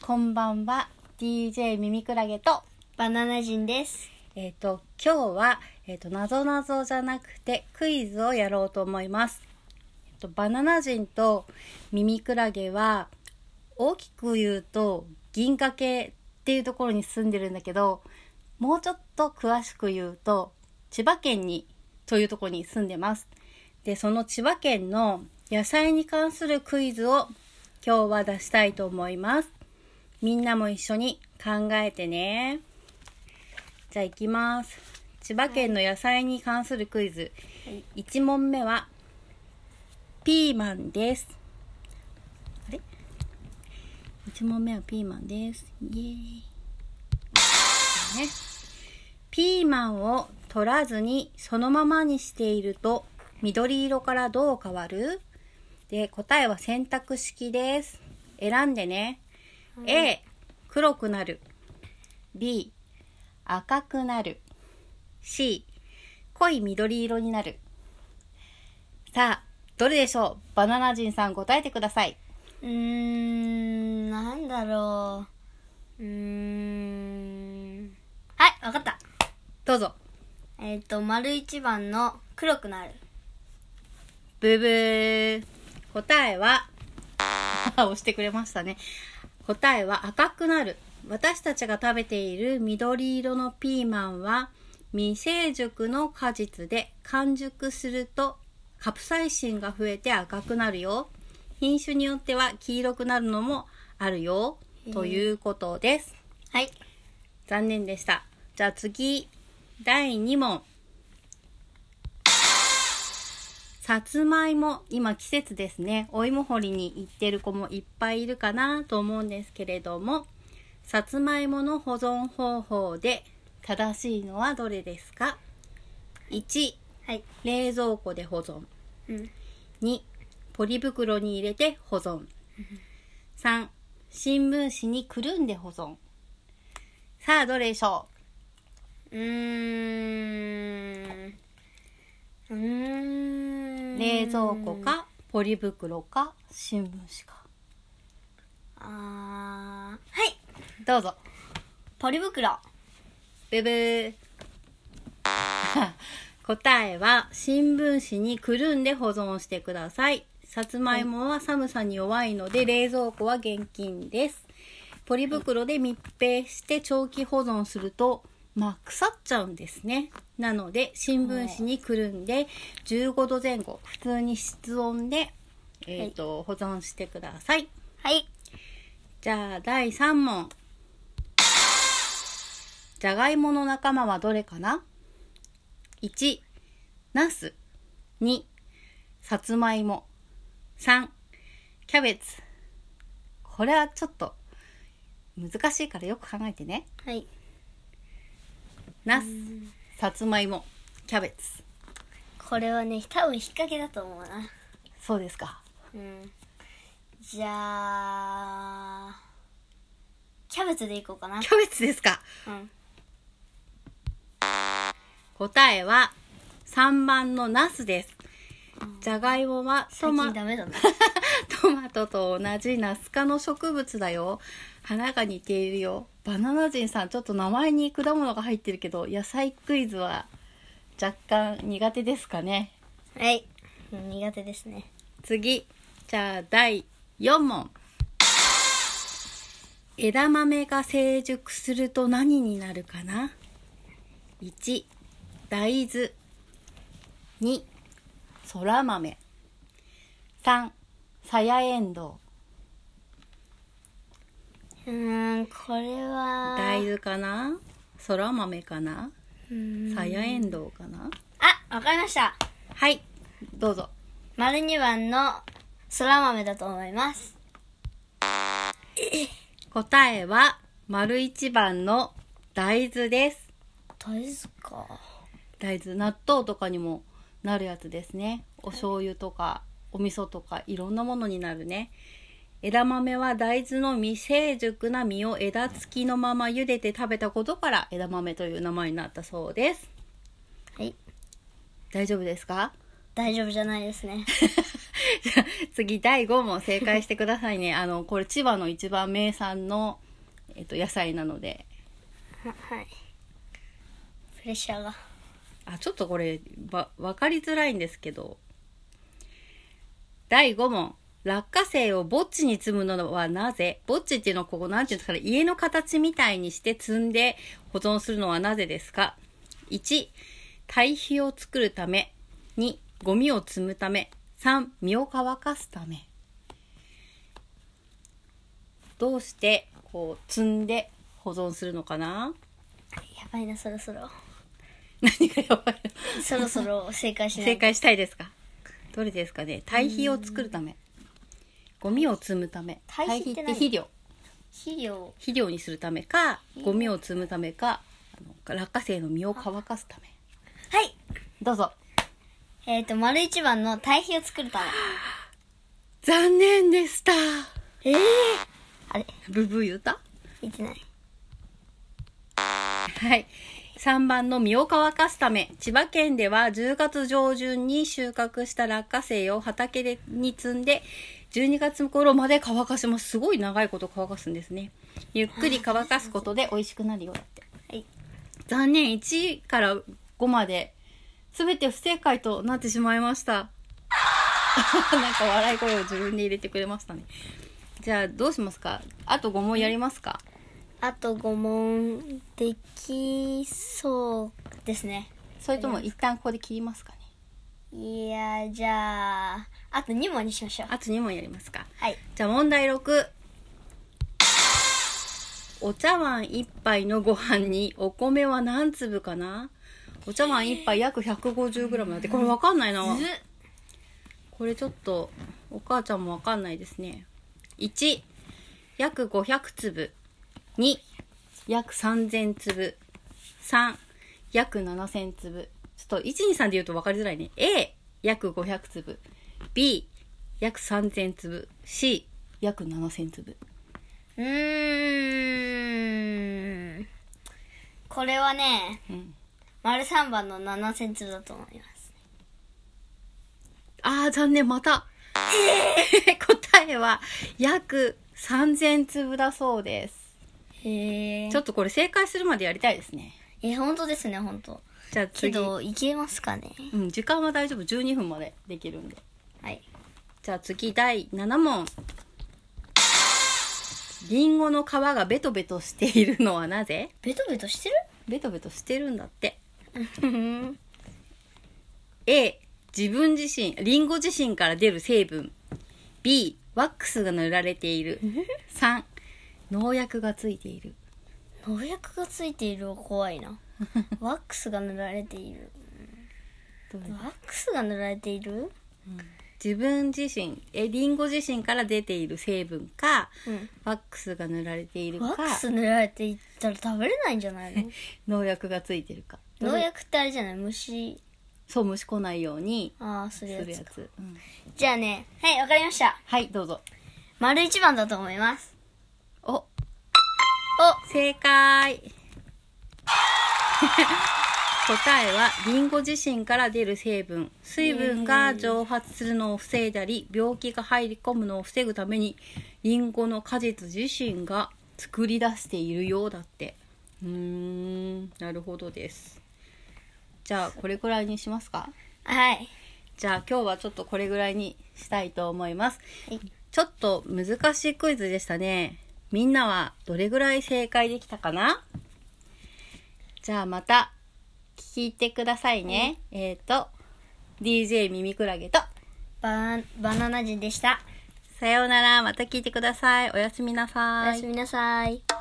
こんばんは。DJ ミミクラゲとバナナ人です。 今日は、なぞなぞじゃなくてクイズをやろうと思います。バナナ人とミミクラゲは大きく言うと銀河系っていうところに住んでるんだけど、もうちょっと詳しく言うと千葉県というところに住んでます。で、その千葉県の野菜に関するクイズを今日は出したいと思います。みんなも一緒に考えてね。じゃあ行きます。千葉県の野菜に関するクイズ。1問目はピーマンです。1問目はピーマンです。イエーイ。ピーマンを取らずにそのままにしていると緑色からどう変わる？で、答えは選択式です。選んでね。A、黒くなる。B、赤くなる。C、濃い緑色になる。さあ、どれでしょう？バナナ人さん答えてください。 なんだろう。はい、わかった。 どうぞ。 丸一番の黒くなる。 ブブー。答えは押してくれましたね。答えは赤くなる。私たちが食べている緑色のピーマンは未成熟の果実で、完熟するとカプサイシンが増えて赤くなるよ。品種によっては黄色くなるのもあるよということです。 はい、 残念でした。じゃあ次、第2問。さつまいも、今季節ですね。お芋掘りに行ってる子もいっぱいいるかなと思うんですけれども、さつまいもの保存方法で正しいのはどれですか？ 1、 はい、 冷蔵庫で保存。2、ポリ袋に入れて保存。3、新聞紙にくるんで保存。さあ、どれでしょう？冷蔵庫かポリ袋か新聞紙か。 はい、 どうぞ。 ポリ袋。 ブブー。答えは新聞紙にくるんで保存してください。さつまいもは寒さに弱いので冷蔵庫は厳禁です。ポリ袋で密閉して長期保存すると腐っちゃうんですね。なので新聞紙にくるんで15度前後、普通に室温で、保存してください。 はい。 じゃあ第3問。じゃがいもの仲間はどれかな？ 1、ナス。2、さつまいも。3、キャベツ。これはちょっと難しいからよく考えてね。 はい。 ナス、さつまいも、キャベツ。 これはね、多分引っ掛けだと思うな。 そうですか。 じゃあキャベツでいこうかな。 キャベツですか。答えは3番のナスです。じゃがいもは最近ダメだな。 トマトと同じナス科の植物だよ。花が似ているよ。バナナ人さん、ちょっと名前に果物が入ってるけど野菜クイズは若干苦手ですかね。 はい、苦手ですね。 次、じゃあ第4問。枝豆が成熟すると何になるかな？ 1、大豆。2、そら豆。3、さやえんどう。 これは大豆かな？そら豆かな？さやえんどうかな？ わかりました。 はい、どうぞ。 丸2番のそら豆だと思います。 答えは丸1番の大豆です。 大豆か。 大豆、納豆とかにもなるやつですね。お醤油とかお味噌とかいろんなものになるね。枝豆は大豆の未成熟な実を枝付きのまま茹でて食べたことから枝豆という名前になったそうです。 はい。 大丈夫ですか？ 大丈夫じゃないですね。 じゃあ次第5問正解してくださいね。これ千葉の一番名産の、野菜なので。 はい。プレッシャーが。 ちょっとこれ分かりづらいんですけど。第5問。落花生をぼっちに積むのはなぜ？ぼっちっていうのはここなんていうんですかね、家の形みたいにして積んで保存するのはなぜですか？ 1、堆肥を作るため。2、ゴミを積むため。3、身を乾かすため。どうしてこう積んで保存するのかな？ やばいな、そろそろ。 何がやばいの？ そろそろ正解しないと。 正解したいですか？どれですかね？堆肥を作るため。ゴミを積むため。 堆肥って何？ 肥料。 肥料にするためか、ゴミを積むためか、落花生の実を乾かすため。 はい。 どうぞ。 丸一番の堆肥を作るため。 残念でした。 あれ？ ブブー言った？ 言ってない。 はい。3番の実を乾かすため。千葉県では10月上旬に収穫した落花生を畑に積んで、12月頃まで乾かします。すごい長いこと乾かすんですね。ゆっくり乾かすことで美味しくなるようだって。 はい。 残念、1から5まで全て不正解となってしまいました。なんか笑い声を自分で入れてくれましたね。じゃあどうしますか？あと5問やりますか？ あと5問できそうですね。 それとも一旦ここで切りますかね？ いや、じゃあ、あと2問にしましょう。 あと2問やりますか？ はい。 じゃあ問題6。お茶碗1杯のご飯にお米は何粒かな？お茶碗1杯約 150g だって。これわかんないな。これちょっとお母ちゃんもわかんないですね。1、約500粒。2、約3000粒。3、約7000粒。ちょっと1、2、3で言うと分かりづらいね。A、約500粒。B、約3000粒。C、約7000粒。 これはね、 うん、 丸3番の7000粒だと思います。 残念、また。答えは約3000粒だそうです。ちょっとこれ正解するまでやりたいですね。 本当ですね、本当。 じゃあ次。 けど、いけますかね？ 時間は大丈夫。12分までできるんで。 はい。 じゃあ次、第7問。リンゴの皮がベトベトしているのはなぜ？ ベトベトしてる？ ベトベトしてるんだって。A、自分自身、リンゴ自身から出る成分。B、ワックスが塗られている。3、農薬がついている。 農薬がついているは怖いな。ワックスが塗られている。ワックスが塗られている？ 自分自身、リンゴ自身から出ている成分か、ワックスが塗られているか。 ワックス塗られていったら食べれないんじゃないの？ 農薬がついてるか。 農薬ってあれじゃない？虫。 そう、虫来ないようにするやつ。じゃあね、はい、わかりました。 はい、どうぞ。 丸1番だと思います。 正解。答えはリンゴ自身から出る成分。水分が蒸発するのを防いだり、病気が入り込むのを防ぐためにリンゴの果実自身が作り出しているようだって。なるほどです。じゃあこれくらいにしますか？ はい。 じゃあ今日はちょっとこれぐらいにしたいと思います。 はい、 ちょっと難しいクイズでしたね。みんなはどれぐらい正解できたかな？じゃあまた聞いてくださいね。DJ ミミクラゲとバナナ人でした。 さようなら。また聞いてください。おやすみなさい。 おやすみなさい。